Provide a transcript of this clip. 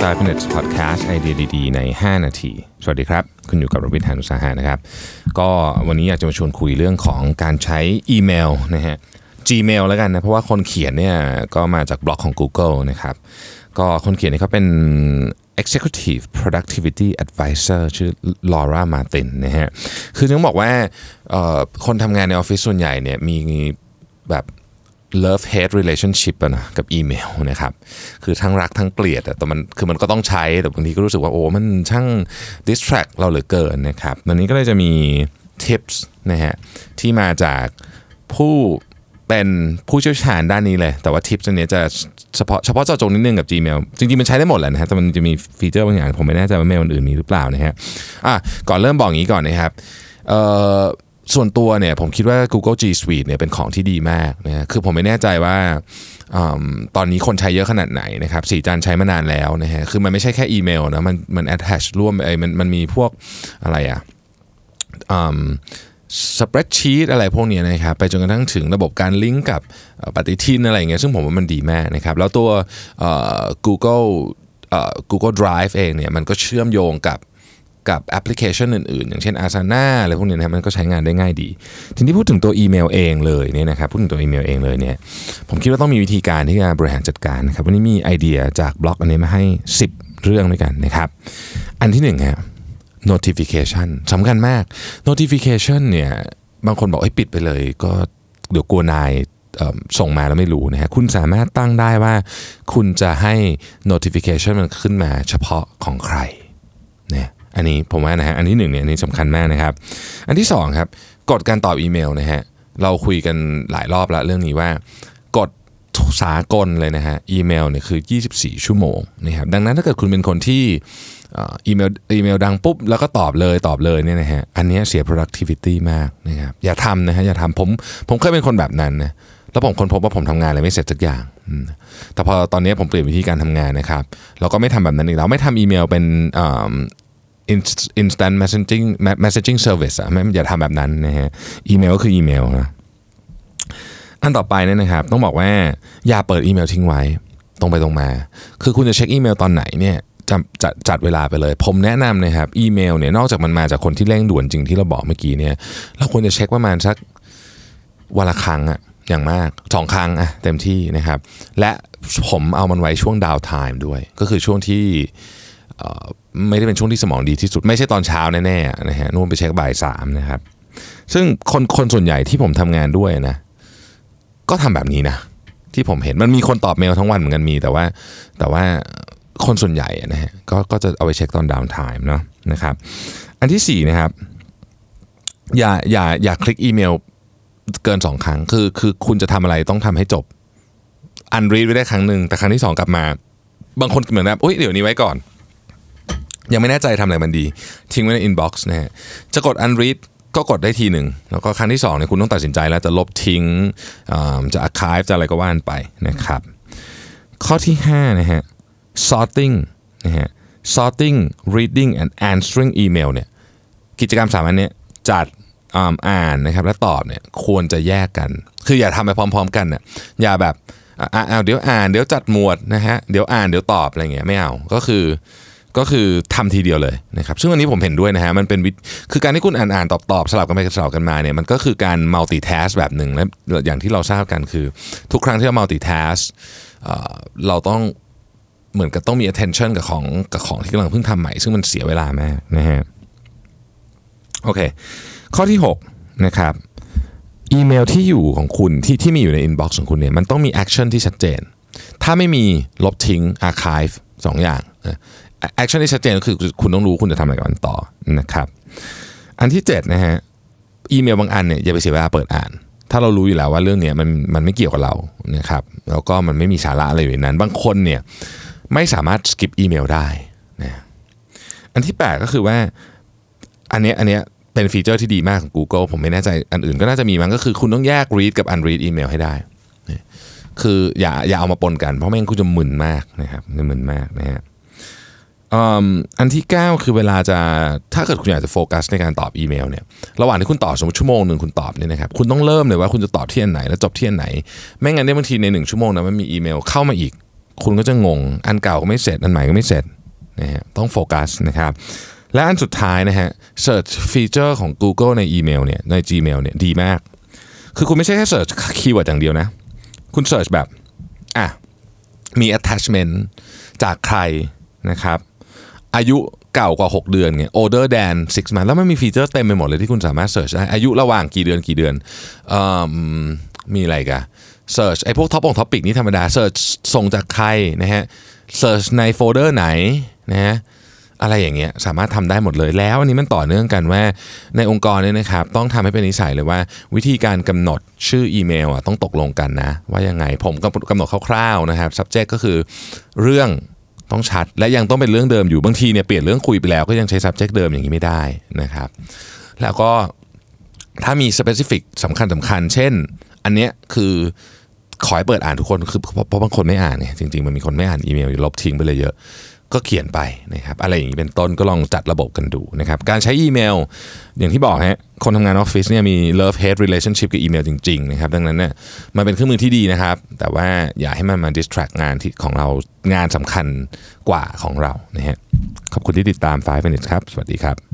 5 minutes podcast ไอเดียดีๆใน5นาทีสวัสดีครับคุณอยู่กับรวิทย์ หาญอุตสาหะนะครับก็วันนี้อยากจะมาชวนคุยเรื่องของการใช้อีเมลนะฮะ Gmail แล้วกันนะเพราะว่าคนเขียนเนี่ยก็มาจากบล็อกของ Google นะครับก็คนเขียนนี่เขาเป็น Executive Productivity Advisor ชื่อ Laura Martin นะฮะคือต้องบอกว่าคนทำงานในออฟฟิศส่วนใหญ่เนี่ยมีแบบ love hate relationship นะกับอีเมลนะครับคือทั้งรักทั้งเกลียดแต่มันก็ต้องใช้แต่บางทีก็รู้สึกว่าโอ้มันช่าง distract เราเหลือเกินนะครับวันนี้ก็เลยจะมี tips นะฮะที่มาจากเป็นผู้เชี่ยวชาญด้านนี้เลยแต่ว่า tips อันนี้จะเฉพาะเจาะจงนิดนึงกับ Gmail จริงๆมันใช้ได้หมดแหละนะฮะแต่มันจะมีฟีเจอร์บางอย่างผมไม่แน่ใจว่าเมลอื่นมีหรือเปล่านะฮะก่อนเริ่มบอกอย่างนี้ก่อนนะครับส่วนตัวเนี่ยผมคิดว่า Google G Suite เนี่ยเป็นของที่ดีมากนะคือผมไม่แน่ใจว่าตอนนี้คนใช้เยอะขนาดไหนนะครับสีจันใช้มานานแล้วนะฮะคือมันไม่ใช่แค่อีเมลนะมัน attach ร่วมมันมีพวกอะไรspreadsheet อะไรพวกนี้นะครับไปจนกระทั่งถึงระบบการลิงก์กับปฏิทินอะไรอย่างเงี้ยซึ่งผมว่ามันดีมากนะครับแล้วตัวGoogle Drive เองเนี่ยมันก็เชื่อมโยงกับแอปพลิเคชันอื่นๆอย่างเช่น Asana อะไรพวกนี้นะครับมันก็ใช้งานได้ง่ายดีทีนี้พูดถึงตัวอีเมลเองเลยเนี่ยนะครับพูดถึงตัวอีเมลเองเลยเนี่ยผมคิดว่าต้องมีวิธีการที่จะบริหารจัดการนะครับวันนี้มีไอเดียจากบล็อกอันนี้มาให้10เรื่องด้วยกันนะครับอันที่1ครับ notification สำคัญมาก notification เนี่ยบางคนบอกให้ปิดไปเลยก็เดี๋ยวกลัวนายส่งมาแล้วไม่รู้นะฮะคุณสามารถตั้งได้ว่าคุณจะให้ notification มันขึ้นมาเฉพาะของใครเนี่ยอันนี้ผมว่านะฮะอันที่1เนี่ยอันนี้สำคัญมากนะครับอันที่2ครับกฎการตอบอีเมลนะฮะเราคุยกันหลายรอบแล้วเรื่องนี้ว่ากฎสากลเลยนะฮะอีเมลเนี่ยคือ24ชั่วโมงนะครับดังนั้นถ้าเกิดคุณเป็นคนที่อีเมลดังปุ๊บแล้วก็ตอบเลยเนี่ยนะฮะอันนี้เสีย productivity มากนะครับอย่าทำนะฮะอย่าทำผมเคยเป็นคนแบบนั้นนะแล้วผมค้นพบว่าผมทำงานอะไรไม่เสร็จสักอย่างแต่พอตอนนี้ผมเปลี่ยนวิธีการทำงานนะครับเราก็ไม่ทำแบบนั้นอีกแล้วไม่ทำอีเมลเป็นinstant messaging service อย่าทำแบบนั้นนะฮะอีเมลก็คืออีเมลนะอันต่อไปเนี่ยนะครับต้องบอกว่าอย่าเปิดอีเมลทิ้งไว้ตรงไปตรงมาคือคุณจะเช็คอีเมลตอนไหนเนี่ยจัดเวลาไปเลยผมแนะนำนะครับอีเมลเนี่ยนอกจากมันมาจากคนที่เร่งด่วนจริงที่เราบอกเมื่อกี้เนี่ยเราควรจะเช็คประมาณสักวันละครั้งอะอย่างมาก2ครั้งอะเต็มที่นะครับและผมเอามันไว้ช่วงดาวน์ไทม์ด้วยก็คือช่วงที่ไม่ได้เป็นช่วงที่สมองดีที่สุดไม่ใช่ตอนเช้าแน่ๆนะฮะนู่นไปเช็คบ่าย3นะครับซึ่งคนส่วนใหญ่ที่ผมทำงานด้วยนะก็ทำแบบนี้นะที่ผมเห็นมันมีคนตอบเมลทั้งวันเหมือนกันมีแต่ว่าคนส่วนใหญ่นะฮะก็จะเอาไปเช็คตอนดาวน์ไทม์เนาะนะครับอันที่4นะครับอย่าคลิกอีเมลเกิน2ครั้งคือคุณจะทำอะไรต้องทำให้จบอันรีดไว้ได้ครั้งนึงแต่ครั้งที่2กลับมาบางคนเหมือนแบบเดี๋ยวนี้ไว้ก่อนยังไม่แน่ใจทำอะไรมันดีทิ้งไว้ใน inbox นะฮะจะกด unread ก็กดได้ทีหนึ่งแล้วก็ครั้งที่2เนี่ยคุณต้องตัดสินใจแล้วจะลบทิ้งจะ archive จะอะไรก็ว่านไปนะครับข้อที่5นะฮะ sorting นะฮะ sorting reading and answering email เนี่ยกิจกรรม3อันเนี้ยจัดอ่านนะครับและตอบเนี่ยควรจะแยกกันคืออย่าทำไปพร้อมๆกันเนี่ยอย่าแบบเดี๋ยวอ่านเดี๋ยวจัดหมวดนะฮะเดี๋ยวอ่านเดี๋ยวตอบอะไรเงี้ยไม่เอาก็คือทำทีเดียวเลยนะครับซึ่งอันนี้ผมเห็นด้วยนะฮะมันเป็นคือการที่คุณอ่านตอบสลับกันไปสลับกันมาเนี่ยมันก็คือการ multitask แบบหนึ่งและอย่างที่เราทราบกันคือทุกครั้งที่เรา multitask เราต้องเหมือนกับต้องมี attention กับของที่กำลังเพิ่งทำใหม่ซึ่งมันเสียเวลามากนะฮะโอเคข้อที่6นะครับอีเมลที่อยู่ของคุณที่มีอยู่ใน inbox ของคุณเนี่ยมันต้องมี action ที่ชัดเจนถ้าไม่มีลบทิ้ง archive 2 อย่างแอคชั่นที่ชัดเจนก็คือคุณต้องรู้คุณจะทำอะไรกับมันต่อนะครับอันที่7นะฮะอีเมลบางอันเนี่ยอย่าไปเสียเวลาเปิดอ่านถ้าเรารู้อยู่แล้วว่าเรื่องนี้มันไม่เกี่ยวกับเรานะครับแล้วก็มันไม่มีสาระอะไรอยู่ในนั้นบางคนเนี่ยไม่สามารถสกิปอีเมลได้นะอันที่8ก็คือว่าอันเนี้ยเป็นฟีเจอร์ที่ดีมากของ Google ผมไม่แน่ใจอันอื่นก็น่าจะมีมั้งก็คือคุณต้องแยก read กับ unread อีเมลให้ได้คืออย่าเอามาปนกันเพราะไม่งั้นคุณจะมึนมากนะครับจะมึนมากนะฮะอันที่9คือเวลาถ้าเกิดคุณอยากจะโฟกัสในการตอบอีเมลเนี่ยระหว่างที่คุณตอบสมมติชั่วโมงนึงคุณตอบเนี่ยนะครับคุณต้องเริ่มเลยว่าคุณจะตอบที่อันไหนแล้วจบที่อันไหนไม่งั้นเนี่ยบางทีใน1ชั่วโมงนะมันมีอีเมลเข้ามาอีกคุณก็จะงงอันเก่าก็ไม่เสร็จอันใหม่ก็ไม่เสร็จนะฮะต้องโฟกัสนะครับและอันสุดท้ายนะฮะ search feature ของ Google ในอีเมลเนี่ยใน Gmail เนี่ยดีมากคือคุณไม่ใช่แค่ search keyword อย่างเดียวนะคุณ search แบบมี attachment จากใครนะครับอายุเก่ากว่า6 เดือนเงี้ย older than 6 months แล้วมันมีฟีเจอร์เต็มไปหมดเลยที่คุณสามารถ search ได้อายุระหว่างกี่เดือนมีอะไรกัน search ไอ้พวกท็อปิกนี้ธรรมดา search ส่งจากใครนะฮะ search ในโฟลเดอร์ไหนนะฮะอะไรอย่างเงี้ยสามารถทำได้หมดเลยแล้วอันนี้มันต่อเนื่องกันว่าในองค์กรเนี่ยนะครับต้องทำให้เป็นนิสัยเลยว่าวิธีการกำหนดชื่ออีเมลต้องตกลงกันนะว่ายังไงผมกำหนดคร่าวๆนะครับ subject ก็คือเรื่องต้องชัดและยังต้องเป็นเรื่องเดิมอยู่บางทีเนี่ยเปลี่ยนเรื่องคุยไปแล้วก็ยังใช้ subject เดิมอย่างนี้ไม่ได้นะครับแล้วก็ถ้ามี specific สำคัญเช่นอันเนี้ยคือขอให้เปิดอ่านทุกคนคือเพราะบางคนไม่อ่านเนี่ยจริงๆมันมีคนไม่อ่านอีเมลลบทิ้งไปเลยเยอะก็เขียนไปนะครับอะไรอย่างนี้เป็นต้นก็ลองจัดระบบกันดูนะครับการใช้อีเมลอย่างที่บอกฮะคนทำงานออฟฟิศเนี่ยมี love hate relationship กับอีเมลจริงๆนะครับดังนั้นเนี่ยมันเป็นเครื่องมือที่ดีนะครับแต่ว่าอย่าให้มันมา distract งานที่ของเรางานสำคัญกว่าของเรานะฮะขอบคุณที่ติดตาม5 minutes ครับสวัสดีครับ